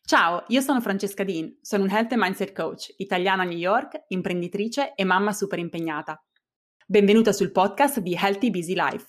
Ciao, io sono Francesca Dean, sono un Health and Mindset Coach, italiana a New York, imprenditrice e mamma super impegnata. Benvenuta sul podcast di Healthy Busy Life.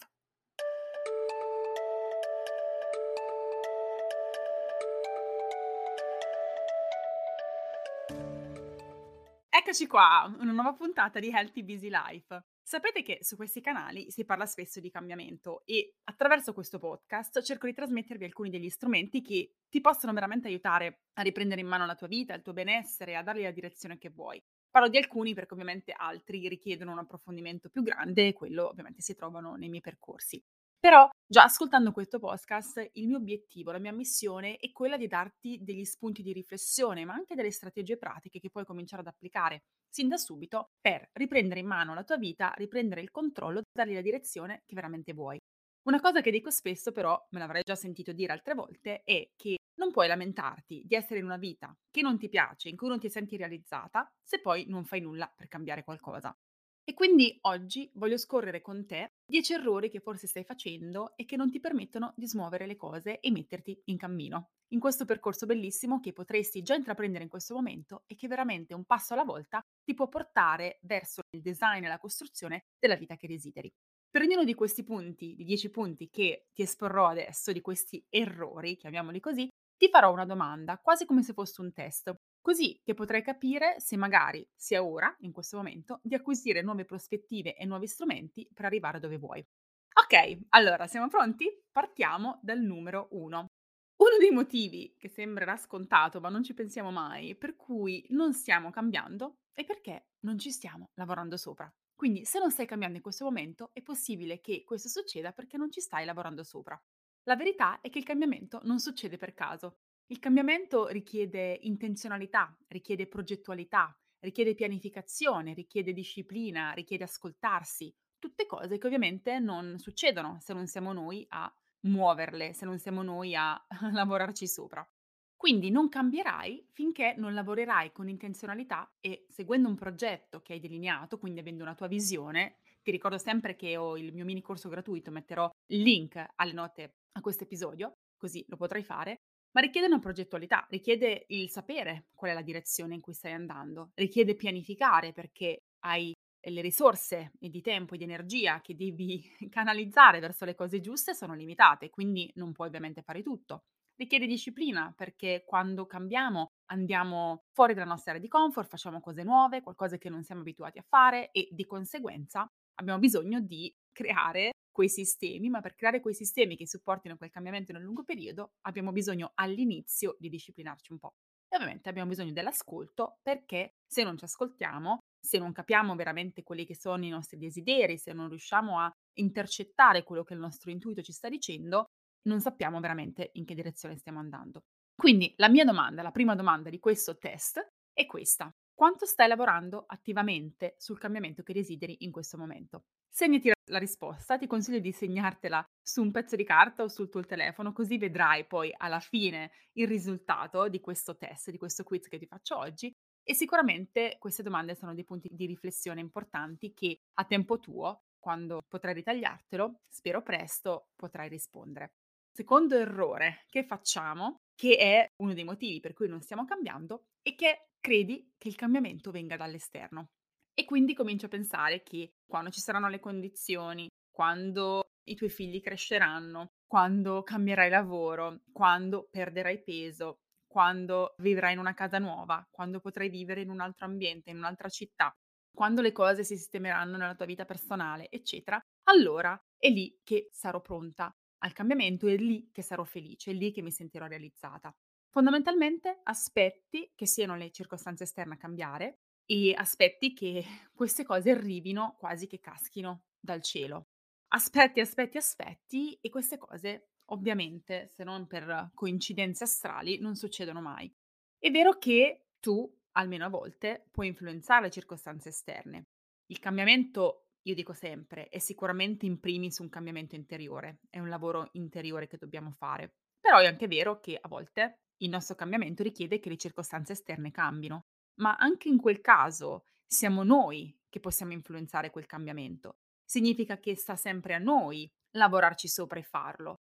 Eccoci qua, una nuova puntata di Healthy Busy Life. Sapete che su questi canali si parla spesso di cambiamento e attraverso questo podcast cerco di trasmettervi alcuni degli strumenti che ti possono veramente aiutare a riprendere in mano la tua vita, il tuo benessere, a dargli la direzione che vuoi. Parlo di alcuni perché ovviamente altri richiedono un approfondimento più grande e quello ovviamente si trovano nei miei percorsi. Però già ascoltando questo podcast il mio obiettivo, la mia missione è quella di darti degli spunti di riflessione, ma anche delle strategie pratiche che puoi cominciare ad applicare sin da subito per riprendere in mano la tua vita, riprendere il controllo, dargli la direzione che veramente vuoi. Una cosa che dico spesso, però me l'avrai già sentito dire altre volte, è che non puoi lamentarti di essere in una vita che non ti piace, in cui non ti senti realizzata, se poi non fai nulla per cambiare qualcosa. E quindi oggi voglio scorrere con te 10 errori che forse stai facendo e che non ti permettono di smuovere le cose e metterti in cammino. In questo percorso bellissimo che potresti già intraprendere in questo momento e che veramente un passo alla volta ti può portare verso il design e la costruzione della vita che desideri. Per ognuno di questi punti, di 10 punti che ti esporrò adesso, di questi errori, chiamiamoli così, ti farò una domanda, quasi come se fosse un test. Così che potrai capire se magari sia ora, in questo momento, di acquisire nuove prospettive e nuovi strumenti per arrivare dove vuoi. Ok, allora siamo pronti? Partiamo dal numero 1. Uno dei motivi che sembrerà scontato, ma non ci pensiamo mai, per cui non stiamo cambiando, è perché non ci stiamo lavorando sopra. Quindi se non stai cambiando in questo momento, è possibile che questo succeda perché non ci stai lavorando sopra. La verità è che il cambiamento non succede per caso. Il cambiamento richiede intenzionalità, richiede progettualità, richiede pianificazione, richiede disciplina, richiede ascoltarsi, tutte cose che ovviamente non succedono se non siamo noi a muoverle, se non siamo noi a lavorarci sopra. Quindi non cambierai finché non lavorerai con intenzionalità e seguendo un progetto che hai delineato, quindi avendo una tua visione. Ti ricordo sempre che ho il mio mini corso gratuito, metterò il link alle note a questo episodio, così lo potrai fare. Ma richiede una progettualità, richiede il sapere qual è la direzione in cui stai andando, richiede pianificare perché hai le risorse e di tempo e di energia che devi canalizzare verso le cose giuste sono limitate, quindi non puoi ovviamente fare tutto. Richiede disciplina perché quando cambiamo andiamo fuori dalla nostra area di comfort, facciamo cose nuove, qualcosa che non siamo abituati a fare e di conseguenza abbiamo bisogno di creare quei sistemi, ma per creare quei sistemi che supportino quel cambiamento nel lungo periodo abbiamo bisogno all'inizio di disciplinarci un po'. E ovviamente abbiamo bisogno dell'ascolto perché se non ci ascoltiamo, se non capiamo veramente quelli che sono i nostri desideri, se non riusciamo a intercettare quello che il nostro intuito ci sta dicendo, non sappiamo veramente in che direzione stiamo andando. Quindi la mia domanda, la prima domanda di questo test è questa. Quanto stai lavorando attivamente sul cambiamento che desideri in questo momento? Segnati la risposta, ti consiglio di segnartela su un pezzo di carta o sul tuo telefono, così vedrai poi alla fine il risultato di questo test, di questo quiz che ti faccio oggi. E sicuramente queste domande sono dei punti di riflessione importanti che a tempo tuo, quando potrai ritagliartelo, spero presto, potrai rispondere. Secondo errore che facciamo, che è uno dei motivi per cui non stiamo cambiando, è che credi che il cambiamento venga dall'esterno. E quindi cominci a pensare che quando ci saranno le condizioni, quando i tuoi figli cresceranno, quando cambierai lavoro, quando perderai peso, quando vivrai in una casa nuova, quando potrai vivere in un altro ambiente, in un'altra città, quando le cose si sistemeranno nella tua vita personale, eccetera, allora è lì che sarò pronta al cambiamento, è lì che sarò felice, è lì che mi sentirò realizzata. Fondamentalmente aspetti che siano le circostanze esterne a cambiare e aspetti che queste cose arrivino quasi che caschino dal cielo. Aspetti, aspetti, aspetti e queste cose ovviamente, se non per coincidenze astrali, non succedono mai. È vero che tu, almeno a volte, puoi influenzare le circostanze esterne. Il cambiamento, io dico sempre, è sicuramente in primis un cambiamento interiore, è un lavoro interiore che dobbiamo fare. Però è anche vero che a volte il nostro cambiamento richiede che le circostanze esterne cambino, ma anche in quel caso siamo noi che possiamo influenzare quel cambiamento. Significa che sta sempre a noi lavorarci sopra e farlo.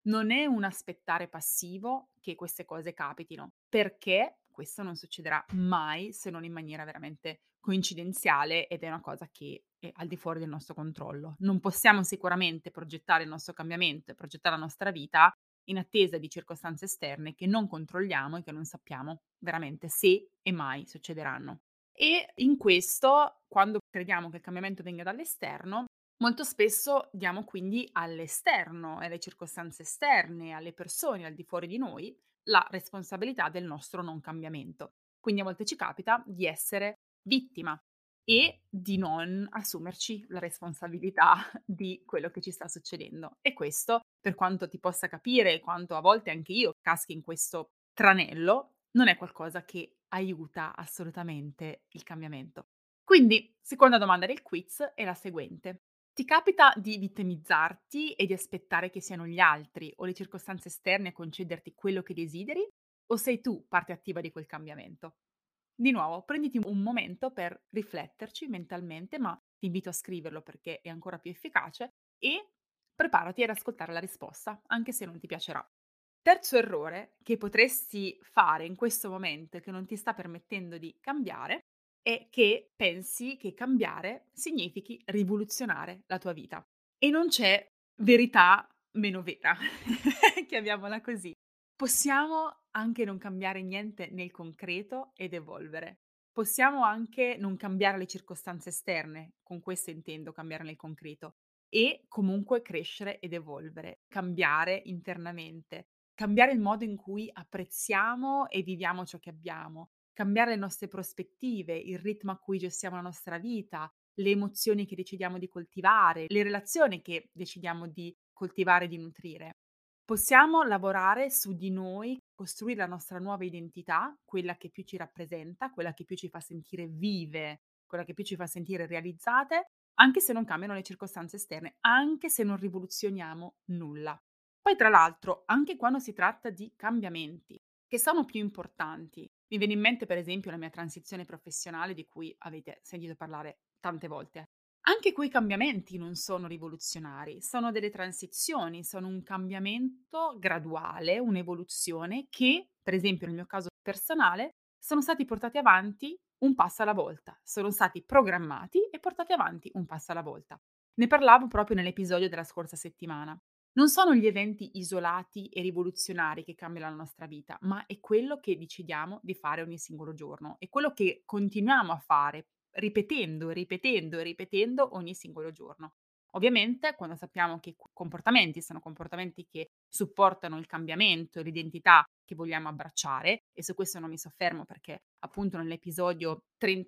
Non è un aspettare passivo che queste cose capitino, perché questo non succederà mai se non in maniera veramente coincidenziale ed è una cosa che è al di fuori del nostro controllo. Non possiamo sicuramente progettare il nostro cambiamento e progettare la nostra vita in attesa di circostanze esterne che non controlliamo e che non sappiamo veramente se e mai succederanno. E in questo, quando crediamo che il cambiamento venga dall'esterno, molto spesso diamo quindi all'esterno e alle circostanze esterne, alle persone al di fuori di noi, la responsabilità del nostro non cambiamento. Quindi a volte ci capita di essere vittima e di non assumerci la responsabilità di quello che ci sta succedendo. E questo, per quanto ti possa capire, quanto a volte anche io caschi in questo tranello, non è qualcosa che aiuta assolutamente il cambiamento. Quindi, seconda domanda del quiz è la seguente. Ti capita di vittimizzarti e di aspettare che siano gli altri o le circostanze esterne a concederti quello che desideri? O sei tu parte attiva di quel cambiamento? Di nuovo, prenditi un momento per rifletterci mentalmente, ma ti invito a scriverlo perché è ancora più efficace e preparati ad ascoltare la risposta, anche se non ti piacerà. Terzo errore che potresti fare in questo momento e che non ti sta permettendo di cambiare è che pensi che cambiare significhi rivoluzionare la tua vita. E non c'è verità meno vera, chiamiamola così. Possiamo anche non cambiare niente nel concreto ed evolvere. Possiamo anche non cambiare le circostanze esterne, con questo intendo cambiare nel concreto, e comunque crescere ed evolvere, cambiare internamente, cambiare il modo in cui apprezziamo e viviamo ciò che abbiamo, cambiare le nostre prospettive, il ritmo a cui gestiamo la nostra vita, le emozioni che decidiamo di coltivare, le relazioni che decidiamo di coltivare e di nutrire. Possiamo lavorare su di noi, costruire la nostra nuova identità, quella che più ci rappresenta, quella che più ci fa sentire vive, quella che più ci fa sentire realizzate, anche se non cambiano le circostanze esterne, anche se non rivoluzioniamo nulla. Poi tra l'altro, anche quando si tratta di cambiamenti che sono più importanti, mi viene in mente per esempio la mia transizione professionale di cui avete sentito parlare tante volte. Anche quei cambiamenti non sono rivoluzionari, sono delle transizioni, sono un cambiamento graduale, un'evoluzione che, per esempio nel mio caso personale, sono stati portati avanti un passo alla volta, sono stati programmati e portati avanti un passo alla volta. Ne parlavo proprio nell'episodio della scorsa settimana. Non sono gli eventi isolati e rivoluzionari che cambiano la nostra vita, ma è quello che decidiamo di fare ogni singolo giorno, è quello che continuiamo a fare ripetendo, ripetendo e ripetendo ogni singolo giorno. Ovviamente quando sappiamo che comportamenti sono comportamenti che supportano il cambiamento e l'identità che vogliamo abbracciare, e su questo non mi soffermo perché appunto nell'episodio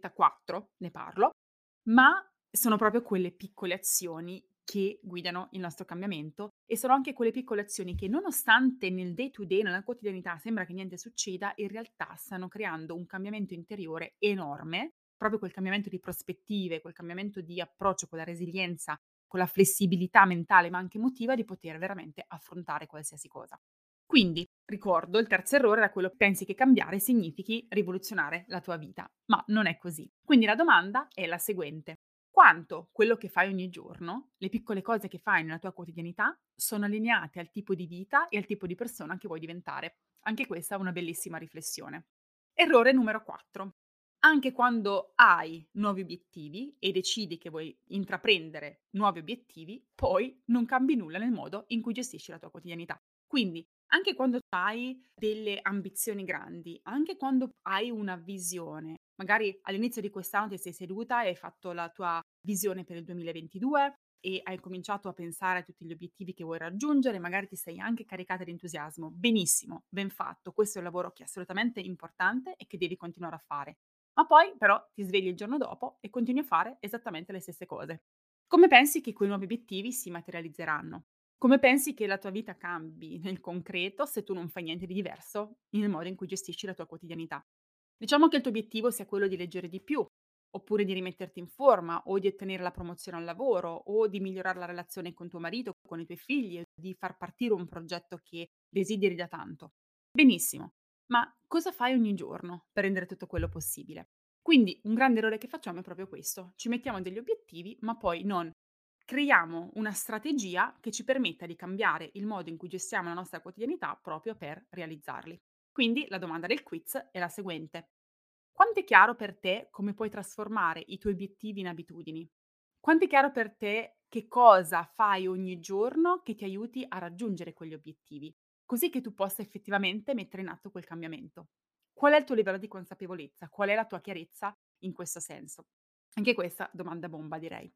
34 ne parlo, ma sono proprio quelle piccole azioni che guidano il nostro cambiamento e sono anche quelle piccole azioni che nonostante nel day to day, nella quotidianità sembra che niente succeda, in realtà stanno creando un cambiamento interiore enorme, proprio quel cambiamento di prospettive, quel cambiamento di approccio, con la resilienza, con la flessibilità mentale ma anche emotiva di poter veramente affrontare qualsiasi cosa. Quindi, ricordo, il terzo errore era quello: pensi che cambiare significhi rivoluzionare la tua vita, ma non è così. Quindi la domanda è la seguente: quanto quello che fai ogni giorno, le piccole cose che fai nella tua quotidianità, sono allineate al tipo di vita e al tipo di persona che vuoi diventare? Anche questa è una bellissima riflessione. Errore numero 4. Anche quando hai nuovi obiettivi e decidi che vuoi intraprendere nuovi obiettivi, poi non cambi nulla nel modo in cui gestisci la tua quotidianità. Quindi, anche quando hai delle ambizioni grandi, anche quando hai una visione, magari all'inizio di quest'anno ti sei seduta e hai fatto la tua visione per il 2022 e hai cominciato a pensare a tutti gli obiettivi che vuoi raggiungere, magari ti sei anche caricata di entusiasmo. Benissimo, ben fatto, questo è un lavoro che è assolutamente importante e che devi continuare a fare. Ma poi però ti svegli il giorno dopo e continui a fare esattamente le stesse cose. Come pensi che quei nuovi obiettivi si materializzeranno? Come pensi che la tua vita cambi nel concreto se tu non fai niente di diverso nel modo in cui gestisci la tua quotidianità? Diciamo che il tuo obiettivo sia quello di leggere di più, oppure di rimetterti in forma, o di ottenere la promozione al lavoro, o di migliorare la relazione con tuo marito, con i tuoi figli, di far partire un progetto che desideri da tanto. Benissimo, ma cosa fai ogni giorno per rendere tutto quello possibile? Quindi un grande errore che facciamo è proprio questo: ci mettiamo degli obiettivi, ma poi non creiamo una strategia che ci permetta di cambiare il modo in cui gestiamo la nostra quotidianità proprio per realizzarli. Quindi la domanda del quiz è la seguente. Quanto è chiaro per te come puoi trasformare i tuoi obiettivi in abitudini? Quanto è chiaro per te che cosa fai ogni giorno che ti aiuti a raggiungere quegli obiettivi, così che tu possa effettivamente mettere in atto quel cambiamento? Qual è il tuo livello di consapevolezza? Qual è la tua chiarezza in questo senso? Anche questa domanda bomba, direi.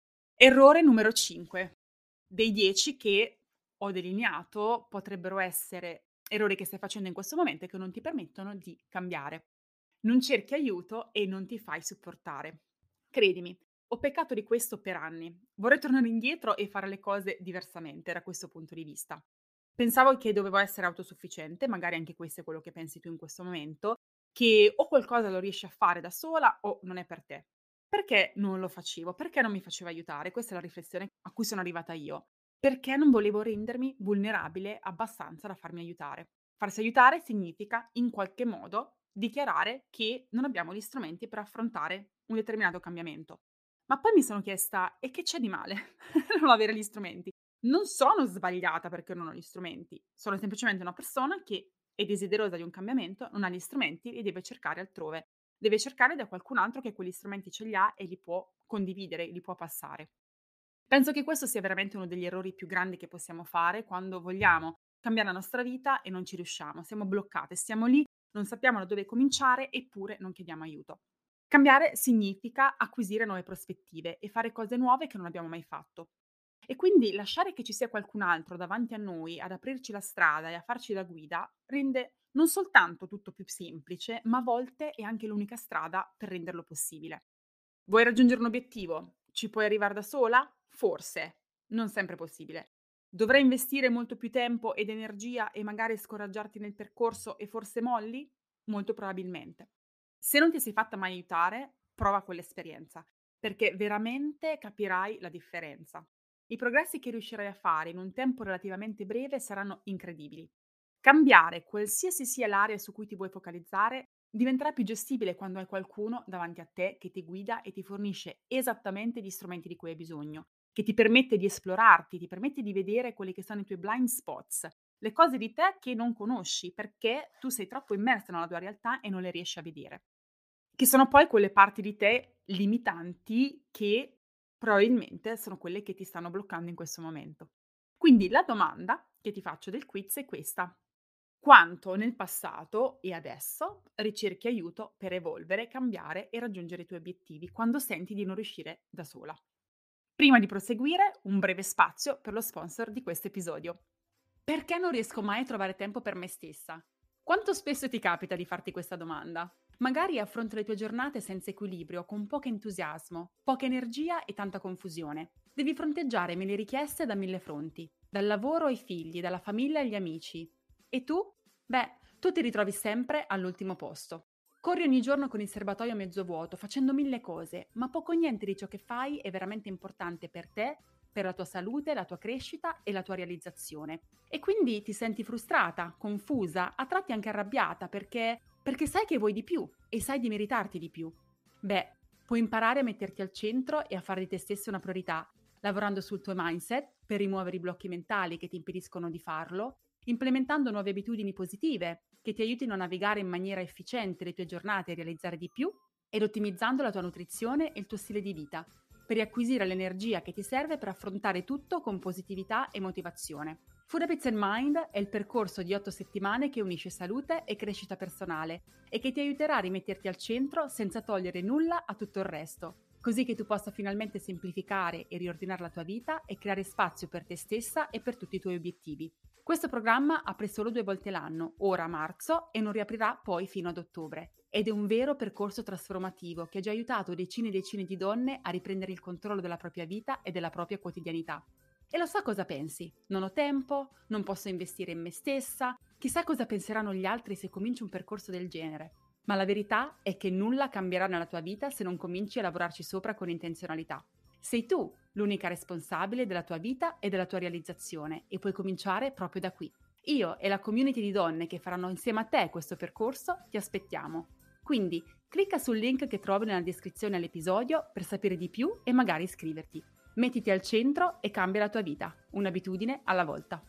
Errore numero 5 dei 10 che ho delineato potrebbero essere errori che stai facendo in questo momento e che non ti permettono di cambiare. Non cerchi aiuto e non ti fai supportare. Credimi, ho peccato di questo per anni. Vorrei tornare indietro e fare le cose diversamente da questo punto di vista. Pensavo che dovevo essere autosufficiente, magari anche questo è quello che pensi tu in questo momento, che o qualcosa lo riesci a fare da sola o non è per te. Perché non lo facevo? Perché non mi facevo aiutare? Questa è la riflessione a cui sono arrivata io. Perché non volevo rendermi vulnerabile abbastanza da farmi aiutare. Farsi aiutare significa in qualche modo dichiarare che non abbiamo gli strumenti per affrontare un determinato cambiamento. Ma poi mi sono chiesta: e che c'è di male non avere gli strumenti? Non sono sbagliata perché non ho gli strumenti, sono semplicemente una persona che è desiderosa di un cambiamento, non ha gli strumenti e deve cercare altrove. Deve cercare da qualcun altro che quegli strumenti ce li ha e li può condividere, li può passare. Penso che questo sia veramente uno degli errori più grandi che possiamo fare quando vogliamo cambiare la nostra vita e non ci riusciamo. Siamo bloccate, stiamo lì, non sappiamo da dove cominciare, eppure non chiediamo aiuto. Cambiare significa acquisire nuove prospettive e fare cose nuove che non abbiamo mai fatto. E quindi lasciare che ci sia qualcun altro davanti a noi ad aprirci la strada e a farci da guida rende non soltanto tutto più semplice, ma a volte è anche l'unica strada per renderlo possibile. Vuoi raggiungere un obiettivo? Ci puoi arrivare da sola? Forse, non sempre possibile. Dovrai investire molto più tempo ed energia e magari scoraggiarti nel percorso e forse molli? Molto probabilmente. Se non ti sei fatta mai aiutare, prova quell'esperienza, perché veramente capirai la differenza. I progressi che riuscirai a fare in un tempo relativamente breve saranno incredibili. Cambiare qualsiasi sia l'area su cui ti vuoi focalizzare diventerà più gestibile quando hai qualcuno davanti a te che ti guida e ti fornisce esattamente gli strumenti di cui hai bisogno, che ti permette di esplorarti, ti permette di vedere quelli che sono i tuoi blind spots, le cose di te che non conosci perché tu sei troppo immersa nella tua realtà e non le riesci a vedere. Che sono poi quelle parti di te limitanti che probabilmente sono quelle che ti stanno bloccando in questo momento. Quindi la domanda che ti faccio del quiz è questa: quanto nel passato e adesso ricerchi aiuto per evolvere, cambiare e raggiungere i tuoi obiettivi quando senti di non riuscire da sola? Prima di proseguire, un breve spazio per lo sponsor di questo episodio. Perché non riesco mai a trovare tempo per me stessa? Quanto spesso ti capita di farti questa domanda? Magari affronti le tue giornate senza equilibrio, con poco entusiasmo, poca energia e tanta confusione. Devi fronteggiare mille richieste da mille fronti, dal lavoro ai figli, dalla famiglia agli amici. E tu? Beh, tu ti ritrovi sempre all'ultimo posto. Corri ogni giorno con il serbatoio mezzo vuoto, facendo mille cose, ma poco o niente di ciò che fai è veramente importante per te, per la tua salute, la tua crescita e la tua realizzazione. E quindi ti senti frustrata, confusa, a tratti anche arrabbiata perché sai che vuoi di più e sai di meritarti di più. Beh, puoi imparare a metterti al centro e a fare di te stessa una priorità, lavorando sul tuo mindset per rimuovere i blocchi mentali che ti impediscono di farlo, implementando nuove abitudini positive che ti aiutino a navigare in maniera efficiente le tue giornate e realizzare di più, ed ottimizzando la tua nutrizione e il tuo stile di vita, per riacquisire l'energia che ti serve per affrontare tutto con positività e motivazione. Food Habits and Mind è il percorso di 8 settimane che unisce salute e crescita personale e che ti aiuterà a rimetterti al centro senza togliere nulla a tutto il resto, così che tu possa finalmente semplificare e riordinare la tua vita e creare spazio per te stessa e per tutti i tuoi obiettivi. Questo programma apre solo 2 volte l'anno, ora a marzo e non riaprirà poi fino ad ottobre. Ed è un vero percorso trasformativo che ha già aiutato decine e decine di donne a riprendere il controllo della propria vita e della propria quotidianità. E lo so cosa pensi? Non ho tempo, non posso investire in me stessa, chissà cosa penseranno gli altri se comincio un percorso del genere. Ma la verità è che nulla cambierà nella tua vita se non cominci a lavorarci sopra con intenzionalità. Sei tu l'unica responsabile della tua vita e della tua realizzazione e puoi cominciare proprio da qui. Io e la community di donne che faranno insieme a te questo percorso ti aspettiamo. Quindi clicca sul link che trovi nella descrizione all'episodio per sapere di più e magari iscriverti. Mettiti al centro e cambia la tua vita, un'abitudine alla volta.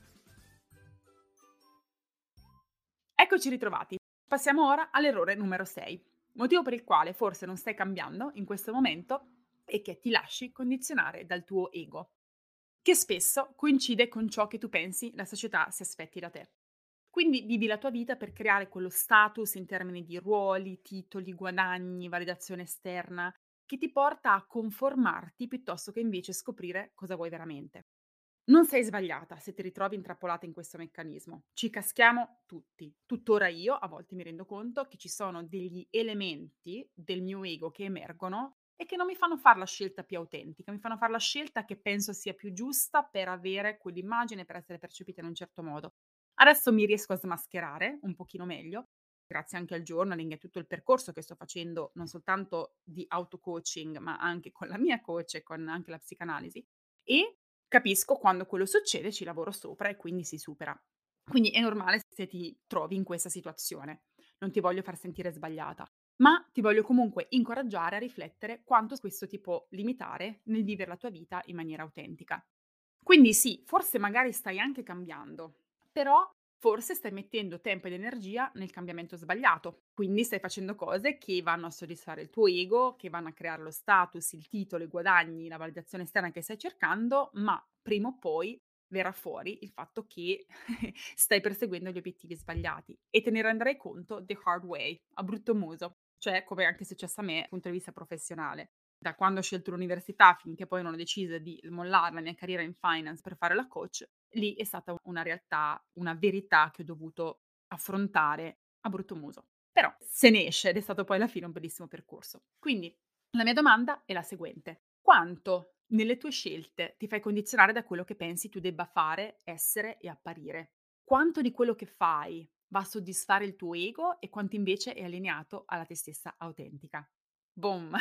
Eccoci ritrovati. Passiamo ora all'errore numero 6. Motivo per il quale forse non stai cambiando in questo momento è che ti lasci condizionare dal tuo ego, che spesso coincide con ciò che tu pensi la società si aspetti da te. Quindi vivi la tua vita per creare quello status in termini di ruoli, titoli, guadagni, validazione esterna, che ti porta a conformarti piuttosto che invece scoprire cosa vuoi veramente. Non sei sbagliata se ti ritrovi intrappolata in questo meccanismo. Ci caschiamo tutti. Tuttora io a volte mi rendo conto che ci sono degli elementi del mio ego che emergono e che non mi fanno fare la scelta più autentica, mi fanno fare la scelta che penso sia più giusta per avere quell'immagine, per essere percepita in un certo modo. Adesso mi riesco a smascherare un pochino meglio, grazie anche al journaling e tutto il percorso che sto facendo, non soltanto di auto-coaching, ma anche con la mia coach e con anche la psicanalisi. E capisco quando quello succede, ci lavoro sopra e quindi si supera. Quindi è normale se ti trovi in questa situazione. Non ti voglio far sentire sbagliata, ma ti voglio comunque incoraggiare a riflettere quanto questo ti può limitare nel vivere la tua vita in maniera autentica. Quindi sì, forse magari stai anche cambiando, però forse stai mettendo tempo ed energia nel cambiamento sbagliato. Quindi stai facendo cose che vanno a soddisfare il tuo ego, che vanno a creare lo status, il titolo, i guadagni, la validazione esterna che stai cercando, ma prima o poi verrà fuori il fatto che stai perseguendo gli obiettivi sbagliati e te ne renderai conto the hard way, a brutto muso, cioè come è anche successo a me dal punto di vista professionale. Da quando ho scelto l'università finché poi non ho deciso di mollare la mia carriera in finance per fare la coach, lì è stata una realtà, una verità che ho dovuto affrontare a brutto muso. Però se ne esce ed è stato poi alla fine un bellissimo percorso. Quindi la mia domanda è la seguente: quanto nelle tue scelte ti fai condizionare da quello che pensi tu debba fare, essere e apparire? Quanto di quello che fai va a soddisfare il tuo ego e quanto invece è allineato alla te stessa autentica? Boom.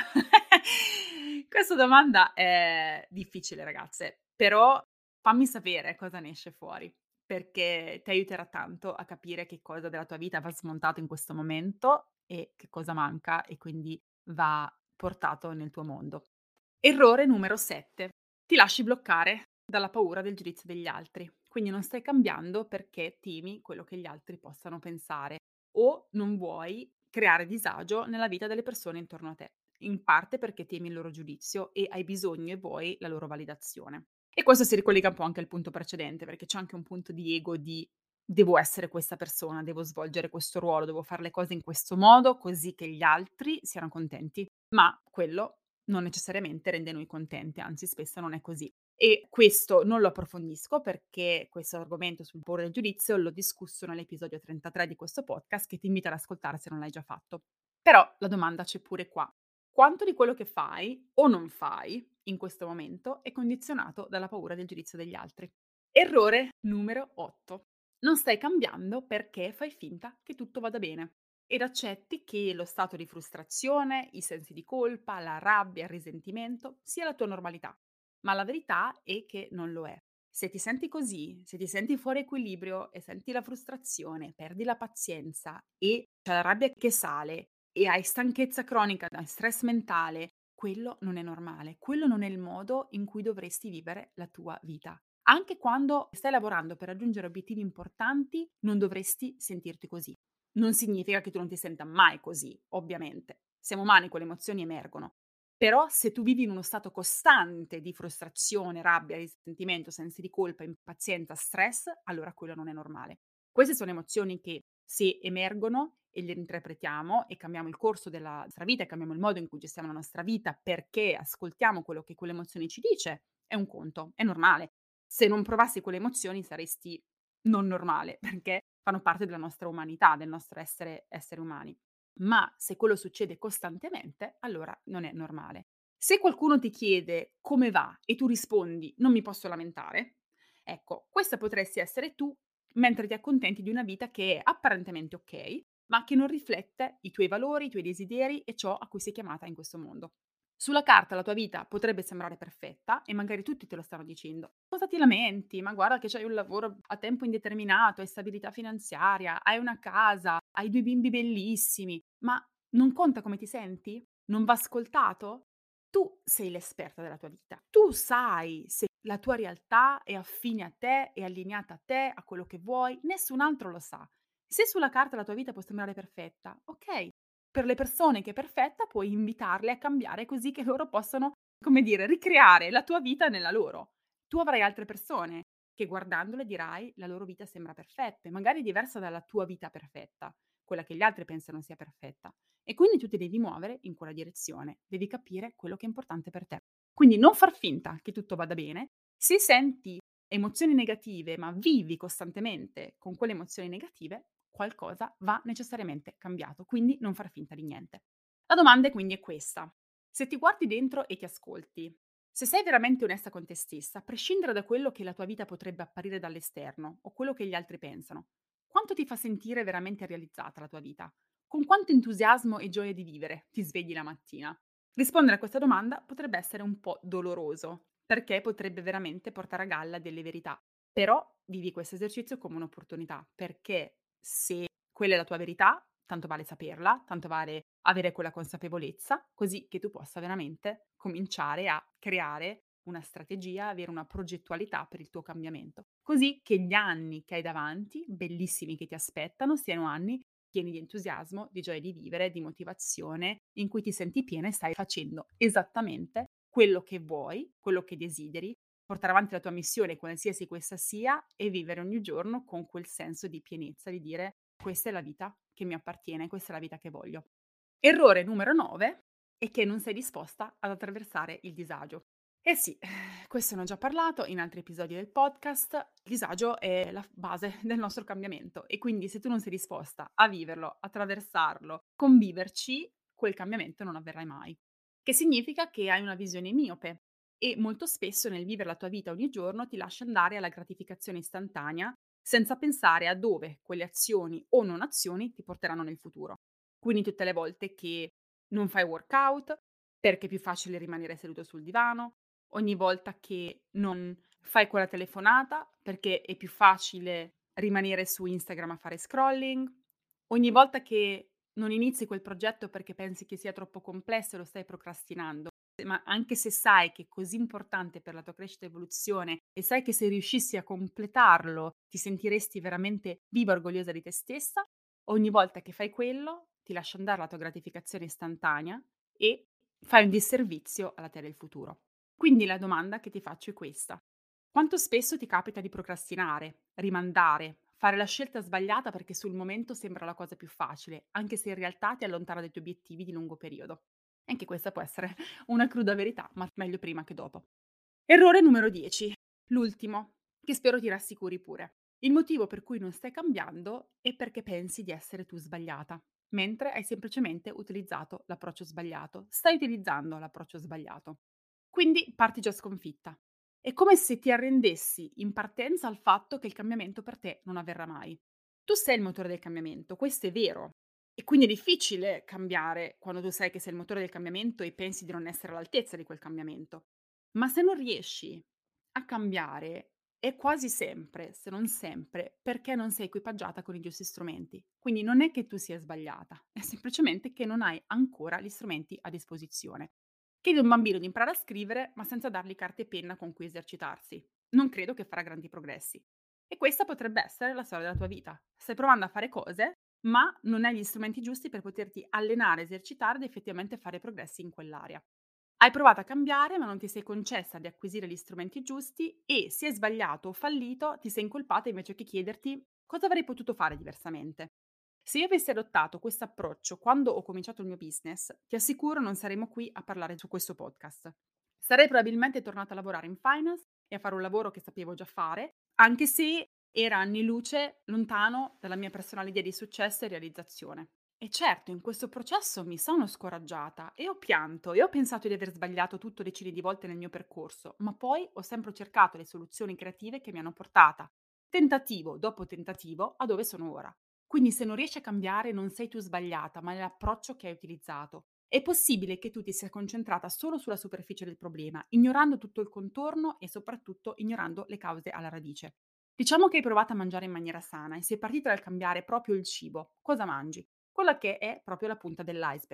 Questa domanda è difficile ragazze, però fammi sapere cosa ne esce fuori, perché ti aiuterà tanto a capire che cosa della tua vita va smontato in questo momento e che cosa manca e quindi va portato nel tuo mondo. Errore numero 7. Ti lasci bloccare dalla paura del giudizio degli altri. Quindi non stai cambiando perché temi quello che gli altri possano pensare o non vuoi creare disagio nella vita delle persone intorno a te, in parte perché temi il loro giudizio e hai bisogno e vuoi la loro validazione. E questo si ricollega un po' anche al punto precedente, perché c'è anche un punto di ego di devo essere questa persona, devo svolgere questo ruolo, devo fare le cose in questo modo così che gli altri siano contenti. Ma quello non necessariamente rende noi contenti, anzi spesso non è così. E questo non lo approfondisco perché questo argomento sul paura del giudizio l'ho discusso nell'episodio 33 di questo podcast che ti invito ad ascoltare se non l'hai già fatto. Però la domanda c'è pure qua. Quanto di quello che fai o non fai in questo momento è condizionato dalla paura del giudizio degli altri? Errore numero 8. Non stai cambiando perché fai finta che tutto vada bene ed accetti che lo stato di frustrazione, i sensi di colpa, la rabbia, il risentimento sia la tua normalità. Ma la verità è che non lo è. Se ti senti così, se ti senti fuori equilibrio e senti la frustrazione, perdi la pazienza e c'è la rabbia che sale e hai stanchezza cronica, hai stress mentale, quello non è normale, quello non è il modo in cui dovresti vivere la tua vita. Anche quando stai lavorando per raggiungere obiettivi importanti, non dovresti sentirti così. Non significa che tu non ti senta mai così, ovviamente. Siamo umani, quelle emozioni emergono. Però se tu vivi in uno stato costante di frustrazione, rabbia, risentimento, sensi di colpa, impazienza, stress, allora quello non è normale. Queste sono emozioni che se emergono e le interpretiamo e cambiamo il corso della nostra vita e cambiamo il modo in cui gestiamo la nostra vita perché ascoltiamo quello che quelle emozioni ci dice, è un conto, è normale. Se non provassi quelle emozioni saresti non normale, perché fanno parte della nostra umanità, del nostro essere umani. Ma se quello succede costantemente, allora non è normale. Se qualcuno ti chiede come va e tu rispondi non mi posso lamentare, ecco, questa potresti essere tu mentre ti accontenti di una vita che è apparentemente ok, ma che non riflette i tuoi valori, i tuoi desideri e ciò a cui sei chiamata in questo mondo. Sulla carta la tua vita potrebbe sembrare perfetta e magari tutti te lo stanno dicendo. Cosa ti lamenti? Ma guarda che c'hai un lavoro a tempo indeterminato, hai stabilità finanziaria, hai una casa, hai 2 bimbi bellissimi, ma non conta come ti senti? Non va ascoltato? Tu sei l'esperta della tua vita. Tu sai se la tua realtà è affine a te, è allineata a te, a quello che vuoi, nessun altro lo sa. Se sulla carta la tua vita può sembrare perfetta, ok. Per le persone che è perfetta puoi invitarle a cambiare così che loro possano, come dire, ricreare la tua vita nella loro. Tu avrai altre persone che guardandole dirai la loro vita sembra perfetta, e magari diversa dalla tua vita perfetta, quella che gli altri pensano sia perfetta. E quindi tu ti devi muovere in quella direzione, devi capire quello che è importante per te. Quindi non far finta che tutto vada bene. Se senti emozioni negative, ma vivi costantemente con quelle emozioni negative, qualcosa va necessariamente cambiato, quindi non far finta di niente. La domanda quindi è questa: se ti guardi dentro e ti ascolti, se sei veramente onesta con te stessa, a prescindere da quello che la tua vita potrebbe apparire dall'esterno o quello che gli altri pensano, quanto ti fa sentire veramente realizzata la tua vita? Con quanto entusiasmo e gioia di vivere ti svegli la mattina? Rispondere a questa domanda potrebbe essere un po' doloroso, perché potrebbe veramente portare a galla delle verità. Però vivi questo esercizio come un'opportunità, perché se quella è la tua verità, tanto vale saperla, tanto vale avere quella consapevolezza, così che tu possa veramente cominciare a creare una strategia, avere una progettualità per il tuo cambiamento. Così che gli anni che hai davanti, bellissimi che ti aspettano, siano anni pieni di entusiasmo, di gioia di vivere, di motivazione, in cui ti senti piena e stai facendo esattamente quello che vuoi, quello che desideri, portare avanti la tua missione, qualsiasi questa sia, e vivere ogni giorno con quel senso di pienezza, di dire questa è la vita che mi appartiene, questa è la vita che voglio. Errore numero 9 è che non sei disposta ad attraversare il disagio. Eh sì, questo ne ho già parlato in altri episodi del podcast. Il disagio è la base del nostro cambiamento e quindi se tu non sei disposta a viverlo, attraversarlo, conviverci, quel cambiamento non avverrà mai. Che significa che hai una visione miope e molto spesso nel vivere la tua vita ogni giorno ti lasci andare alla gratificazione istantanea senza pensare a dove quelle azioni o non azioni ti porteranno nel futuro. Quindi tutte le volte che non fai workout, perché è più facile rimanere seduto sul divano, ogni volta che non fai quella telefonata, perché è più facile rimanere su Instagram a fare scrolling, ogni volta che non inizi quel progetto perché pensi che sia troppo complesso e lo stai procrastinando, ma anche se sai che è così importante per la tua crescita e evoluzione e sai che se riuscissi a completarlo ti sentiresti veramente viva e orgogliosa di te stessa, ogni volta che fai quello ti lascia andare la tua gratificazione istantanea e fai un disservizio alla te del futuro. Quindi la domanda che ti faccio è questa: quanto spesso ti capita di procrastinare, rimandare, fare la scelta sbagliata perché sul momento sembra la cosa più facile, anche se in realtà ti allontana dai tuoi obiettivi di lungo periodo? Anche questa può essere una cruda verità, ma meglio prima che dopo. Errore numero 10, l'ultimo, che spero ti rassicuri pure. Il motivo per cui non stai cambiando è perché pensi di essere tu sbagliata, mentre hai semplicemente utilizzato l'approccio sbagliato. Stai utilizzando l'approccio sbagliato. Quindi parti già sconfitta. È come se ti arrendessi in partenza al fatto che il cambiamento per te non avverrà mai. Tu sei il motore del cambiamento, questo è vero. E quindi è difficile cambiare quando tu sai che sei il motore del cambiamento e pensi di non essere all'altezza di quel cambiamento. Ma se non riesci a cambiare, è quasi sempre, se non sempre, perché non sei equipaggiata con i giusti strumenti. Quindi non è che tu sia sbagliata, è semplicemente che non hai ancora gli strumenti a disposizione. Chiedi a un bambino di imparare a scrivere, ma senza dargli carta e penna con cui esercitarsi. Non credo che farà grandi progressi. E questa potrebbe essere la storia della tua vita. Stai provando a fare cose, ma non hai gli strumenti giusti per poterti allenare, esercitare ed effettivamente fare progressi in quell'area. Hai provato a cambiare, ma non ti sei concessa di acquisire gli strumenti giusti e se hai sbagliato o fallito, ti sei incolpata invece che chiederti cosa avrei potuto fare diversamente. Se io avessi adottato questo approccio quando ho cominciato il mio business, ti assicuro non saremmo qui a parlare su questo podcast. Sarei probabilmente tornata a lavorare in finance e a fare un lavoro che sapevo già fare, anche se era anni luce lontano dalla mia personale idea di successo e realizzazione. E certo, in questo processo mi sono scoraggiata e ho pianto e ho pensato di aver sbagliato tutto decine di volte nel mio percorso, ma poi ho sempre cercato le soluzioni creative che mi hanno portata, tentativo dopo tentativo, a dove sono ora. Quindi se non riesci a cambiare non sei tu sbagliata, ma è l'approccio che hai utilizzato. È possibile che tu ti sia concentrata solo sulla superficie del problema, ignorando tutto il contorno e soprattutto ignorando le cause alla radice. Diciamo che hai provato a mangiare in maniera sana e sei partita dal cambiare proprio il cibo. Cosa mangi? Quella che è proprio la punta dell'iceberg.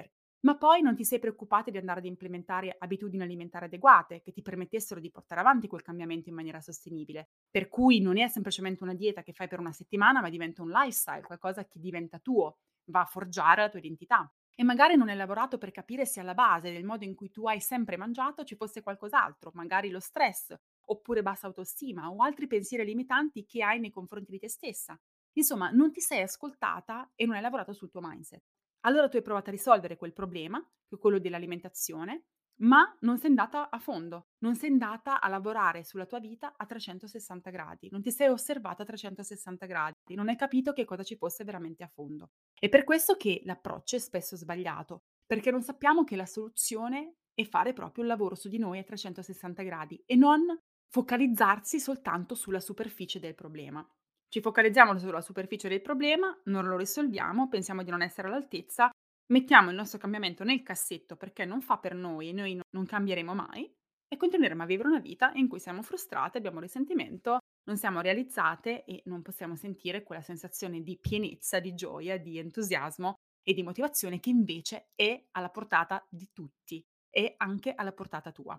ma poi non ti sei preoccupata di andare ad implementare abitudini alimentari adeguate che ti permettessero di portare avanti quel cambiamento in maniera sostenibile. Per cui non è semplicemente una dieta che fai per una settimana, ma diventa un lifestyle, qualcosa che diventa tuo, va a forgiare la tua identità. E magari non hai lavorato per capire se alla base del modo in cui tu hai sempre mangiato ci fosse qualcos'altro, magari lo stress, oppure bassa autostima o altri pensieri limitanti che hai nei confronti di te stessa. Insomma, non ti sei ascoltata e non hai lavorato sul tuo mindset. Allora tu hai provato a risolvere quel problema, che è quello dell'alimentazione, ma non sei andata a fondo, non sei andata a lavorare sulla tua vita a 360 gradi, non ti sei osservata a 360 gradi, non hai capito che cosa ci fosse veramente a fondo. È per questo che l'approccio è spesso sbagliato, perché non sappiamo che la soluzione è fare proprio il lavoro su di noi a 360 gradi e non focalizzarsi soltanto sulla superficie del problema. Ci focalizziamo sulla superficie del problema, non lo risolviamo, pensiamo di non essere all'altezza, mettiamo il nostro cambiamento nel cassetto perché non fa per noi e noi non cambieremo mai e continueremo a vivere una vita in cui siamo frustrate, abbiamo risentimento, non siamo realizzate e non possiamo sentire quella sensazione di pienezza, di gioia, di entusiasmo e di motivazione che invece è alla portata di tutti e anche alla portata tua.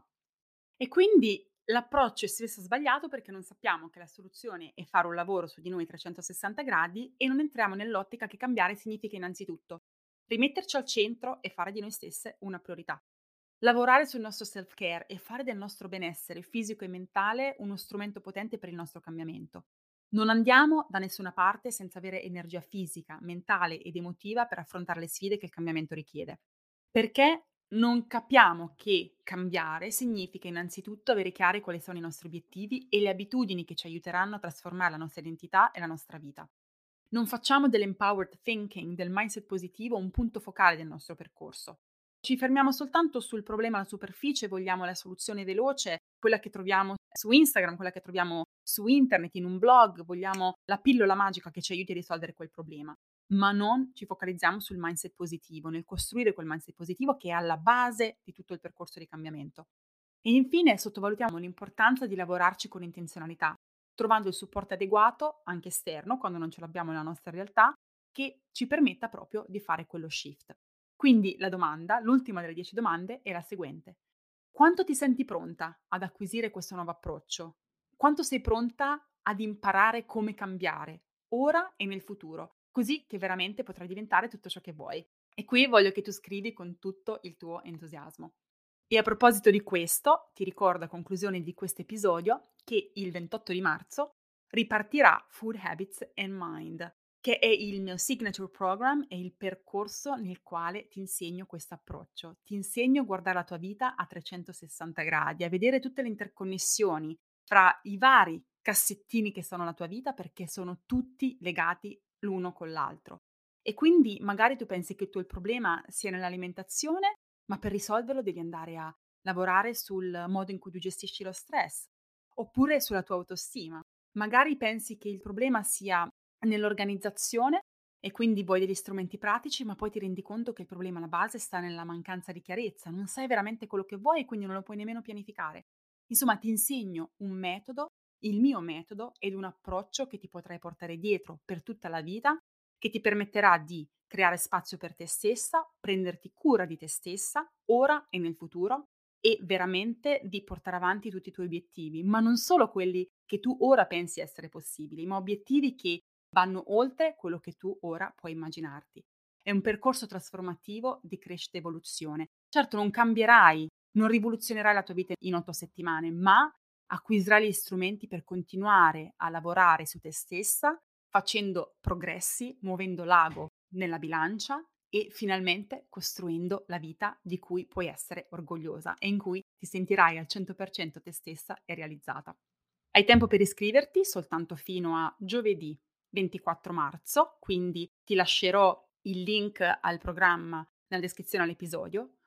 E quindi l'approccio è spesso sbagliato perché non sappiamo che la soluzione è fare un lavoro su di noi 360 gradi e non entriamo nell'ottica che cambiare significa innanzitutto rimetterci al centro e fare di noi stesse una priorità. Lavorare sul nostro self-care e fare del nostro benessere fisico e mentale uno strumento potente per il nostro cambiamento. Non andiamo da nessuna parte senza avere energia fisica, mentale ed emotiva per affrontare le sfide che il cambiamento richiede. Perché non capiamo che cambiare significa innanzitutto avere chiari quali sono i nostri obiettivi e le abitudini che ci aiuteranno a trasformare la nostra identità e la nostra vita. Non facciamo dell'empowered thinking, del mindset positivo, un punto focale del nostro percorso. Ci fermiamo soltanto sul problema alla superficie, vogliamo la soluzione veloce, quella che troviamo su Instagram, quella che troviamo su internet, in un blog, vogliamo la pillola magica che ci aiuti a risolvere quel problema, ma non ci focalizziamo sul mindset positivo, nel costruire quel mindset positivo che è alla base di tutto il percorso di cambiamento. E infine sottovalutiamo l'importanza di lavorarci con intenzionalità, trovando il supporto adeguato, anche esterno, quando non ce l'abbiamo nella nostra realtà, che ci permetta proprio di fare quello shift. Quindi la domanda, l'ultima delle 10 domande, è la seguente. Quanto ti senti pronta ad acquisire questo nuovo approccio? Quanto sei pronta ad imparare come cambiare, ora e nel futuro, così che veramente potrai diventare tutto ciò che vuoi? E qui voglio che tu scrivi con tutto il tuo entusiasmo. E a proposito di questo, ti ricordo a conclusione di questo episodio che il 28 di marzo ripartirà Food Habits and Mind, che è il mio signature program e il percorso nel quale ti insegno questo approccio. Ti insegno a guardare la tua vita a 360 gradi, a vedere tutte le interconnessioni fra i vari cassettini che sono la tua vita perché sono tutti legati l'uno con l'altro. E quindi magari tu pensi che il tuo problema sia nell'alimentazione, ma per risolverlo devi andare a lavorare sul modo in cui tu gestisci lo stress, oppure sulla tua autostima. Magari pensi che il problema sia nell'organizzazione e quindi vuoi degli strumenti pratici, ma poi ti rendi conto che il problema alla base sta nella mancanza di chiarezza, non sai veramente quello che vuoi e quindi non lo puoi nemmeno pianificare. Insomma, ti insegno un metodo, il mio metodo ed un approccio che ti potrai portare dietro per tutta la vita, che ti permetterà di creare spazio per te stessa, prenderti cura di te stessa, ora e nel futuro, e veramente di portare avanti tutti i tuoi obiettivi, ma non solo quelli che tu ora pensi essere possibili, ma obiettivi che vanno oltre quello che tu ora puoi immaginarti. È un percorso trasformativo di crescita e evoluzione. Certo, non cambierai, non rivoluzionerai la tua vita in 8 settimane, ma acquisirai gli strumenti per continuare a lavorare su te stessa, facendo progressi, muovendo l'ago nella bilancia e finalmente costruendo la vita di cui puoi essere orgogliosa e in cui ti sentirai al 100% te stessa e realizzata. Hai tempo per iscriverti soltanto fino a giovedì 24 marzo, quindi ti lascerò il link al programma nella descrizione all'episodio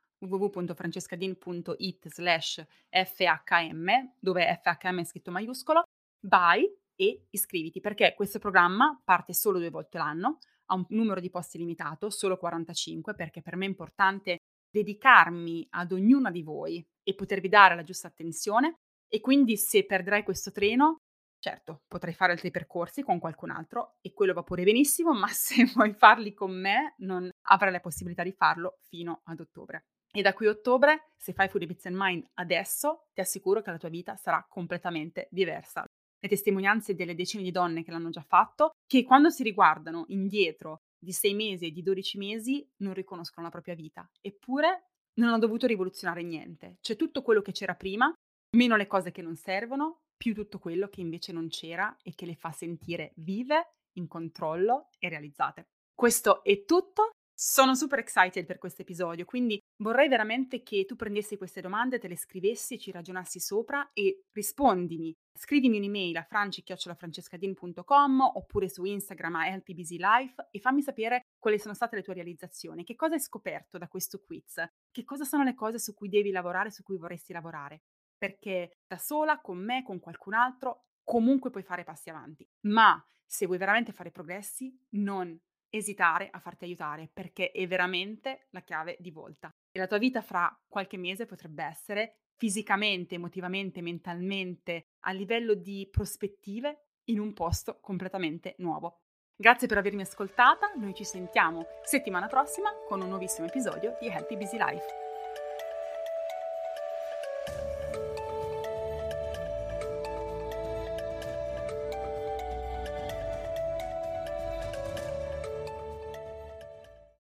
www.francescadin.it/fhm, dove FHM è scritto maiuscolo. Vai e iscriviti perché questo programma parte solo 2 volte l'anno, ha un numero di posti limitato, solo 45, perché per me è importante dedicarmi ad ognuna di voi e potervi dare la giusta attenzione. E quindi se perderai questo treno, Certo, potrai fare altri percorsi con qualcun altro e quello va pure benissimo, ma se vuoi farli con me non avrai la possibilità di farlo fino ad ottobre. E da qui a ottobre, se fai Food Habits and Mind adesso, ti assicuro che la tua vita sarà completamente diversa. Le testimonianze delle decine di donne che l'hanno già fatto, che quando si riguardano indietro di 6 mesi e di 12 mesi non riconoscono la propria vita, eppure non hanno dovuto rivoluzionare niente. C'è tutto quello che c'era prima, meno le cose che non servono, più tutto quello che invece non c'era e che le fa sentire vive, in controllo e realizzate. Questo è tutto. Sono super excited per questo episodio, quindi vorrei veramente che tu prendessi queste domande, te le scrivessi e ci ragionassi sopra e rispondimi. Scrivimi un'email a franci@francescadin.com oppure su Instagram a healthybusylife e fammi sapere quali sono state le tue realizzazioni, che cosa hai scoperto da questo quiz, che cosa sono le cose su cui devi lavorare, su cui vorresti lavorare. Perché da sola, con me, con qualcun altro, comunque puoi fare passi avanti. Ma se vuoi veramente fare progressi, non esitare a farti aiutare, perché è veramente la chiave di volta. E la tua vita fra qualche mese potrebbe essere fisicamente, emotivamente, mentalmente, a livello di prospettive, in un posto completamente nuovo. Grazie per avermi ascoltata, noi ci sentiamo settimana prossima con un nuovissimo episodio di Healthy Busy Life.